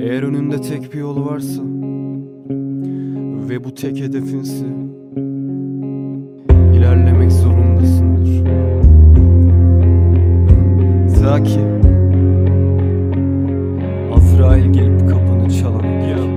Eğer önünde tek bir yol varsa ve bu tek hedefinse, ilerlemek zorundasındır. Ta ki Azrail gelip kapını çalana.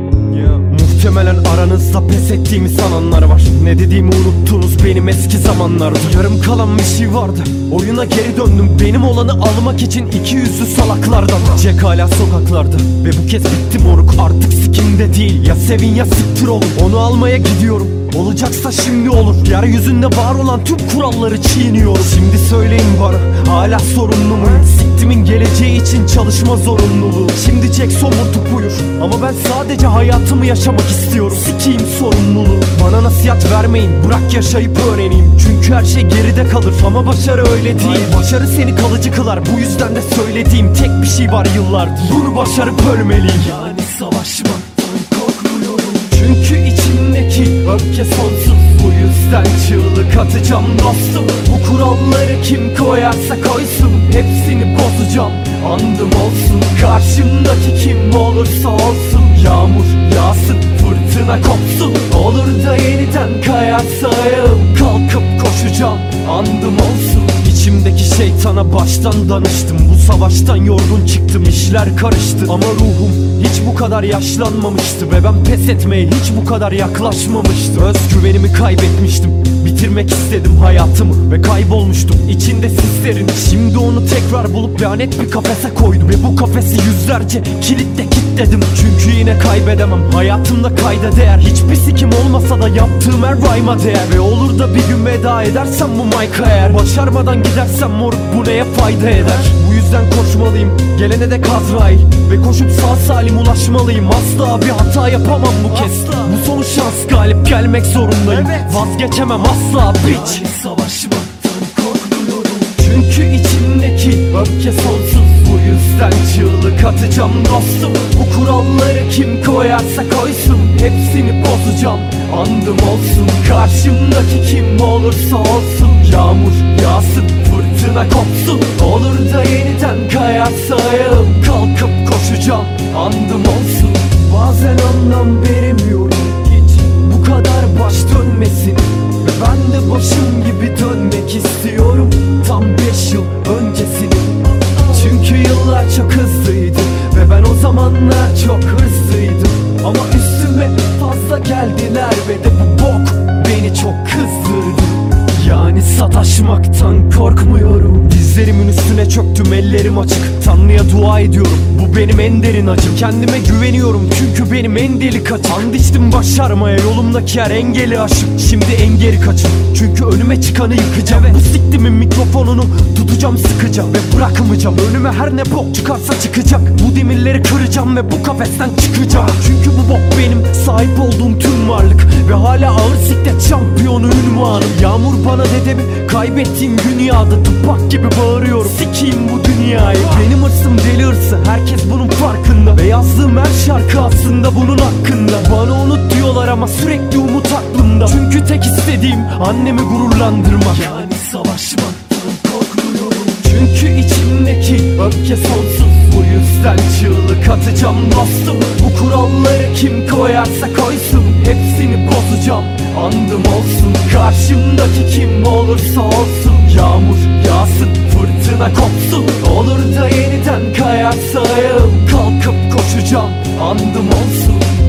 Muhtemelen aranızda pes ettiğimi sananlar var. Ne dediğimi unuttunuz benim eski zamanlarda. Yarım kalan bir şey vardı, oyuna geri döndüm. Benim olanı almak için iki yüzlü salaklardan. Jack hala sokaklarda ve bu kez bitti moruk. Artık sikimde değil, ya sevin ya siktir olun. Onu almaya gidiyorum, olacaksa şimdi olur. Yeryüzünde var olan tüm kuralları çiğniyorum. Şimdi söyleyin bana, hala sorumlu muyum? Siktimin geleceği için çalışma zorunluluğu. Şimdi Jack somurtup uyur ama ben sadece hayatımı yaşamak istiyorum. Sikiyim sorumluluğu. Bana nasihat vermeyin, bırak yaşayıp öğreneyim. Çünkü her şey geride kalır ama başarı öyle değil. Başarı seni kalıcı kılar, bu yüzden de söylediğim tek bir şey var yıllardır. Bunu başarıp ölmeliyim. Yani savaşmaktan korkmuyorum. Çünkü içimdeki öfke sonsuz. Bu yüzden çığlık atacağım dostum. Bu kuralları kim koyarsa koysun, hepsini bozacağım. Andım olsun, karşımdaki kim olursa olsun. Yağmur yağsın, fırtına kopsun, olur da yeniden kayarsa ayağım, kalkıp koşacağım. Andım olsun. İçimdeki şeytana baştan danıştım. Bu savaştan yorgun çıktım, işler karıştı. Ama ruhum hiç bu kadar yaşlanmamıştı ve ben pes etmeye hiç bu kadar yaklaşmamıştım. Özgüvenimi kaybetmiştim, bitirmek istedim hayatımı ve kaybolmuştum içinde sislerin. Şimdi onu tekrar bulup lanet bir kafese koydum ve bu kafesi yüzlerce kilitle kilitledim. Çünkü yine kaybedemem, hayatımda kayda değer. Hiçbir sikim olmasa da yaptığım her rhyme'a değer. Ve olur da bir gün veda edersem bu mic'a eğer, başarmadan gidersem moruk bu neye fayda eder? Bu yüzden koşmalıyım, gelene dek Azrail, ve koşup sağ salim ulaşmalıyım. Asla bir hata yapamam bu kez. Bu son şans, galip gelmek zorundayım. Vazgeçemem asla bitch. Savaşmaktan korkmuyorum. Çünkü içimdeki öfke sonsuz. Bu yüzden çığlık atacağım dostum. Bu kuralları kim koyarsa koysun, hepsini bozacağım. Andım olsun, karşımdaki kim olursa olsun. Yağmur yağsın, fırtına kopsun, olur da yeniden kayarsa ayağım, kalkıp koşacağım. Andım olsun. Bazen anlam veremiyorum hiç bu kadar baş dönmesin. Ve ben de başım gibi dönmek istiyorum tam 5 yıl öncesini. Çünkü yıllar çok hızlıydı ve ben o zamanlar çok hırslıydım. Ama üstüme fazla geldiler ve de bu bok beni çok kızdırdı. Yani sataşmaktan korkmuyorum. Dizlerimin üstüne çöktüm, ellerim açık. Tanrı'ya dua ediyorum, bu benim en derin acım. Kendime güveniyorum çünkü benim en delik açım. And içtim başarmaya, yolumdaki her engeli aşıp şimdi en geri kaçın. Çünkü önüme çıkanı yıkacağım. Bu siktimin mikrofonunu tutacağım sıkıca ve bırakmayacağım. Önüme her ne bok çıkarsa çıkacak. Bu demirleri kıracağım ve bu kafesten çıkacağım. Çünkü bu bok benim sahip olduğum tüm varlık ve hala ağır siklet şampiyonu ünvanım. Yağmur bana dedemi kaybettiğim dünyada tupak gibi bağırıyorum. Sikiyim bu dünyayı. Benim hırsım deli hırsı, herkes bunun farkında. Ve yazdığım her şarkı aslında bunun hakkında. Bana unut diyorlar ama sürekli umut aklımda. Çünkü tek istediğim annemi gururlandırmak. Yani savaşmaktan korkmuyorum. Çünkü içimdeki öfke sonsuz. Bu yüzden çığlık atacağım dostum. Bu kuralları kim koyarsa koysun, hepsini bozacağım. Andım olsun, karşımdaki kim olursa olsun. Yağmur yağsın, fırtına kopsun, olur da yeniden kayarsa ayağım, kalkıp koşacağım. Andım olsun.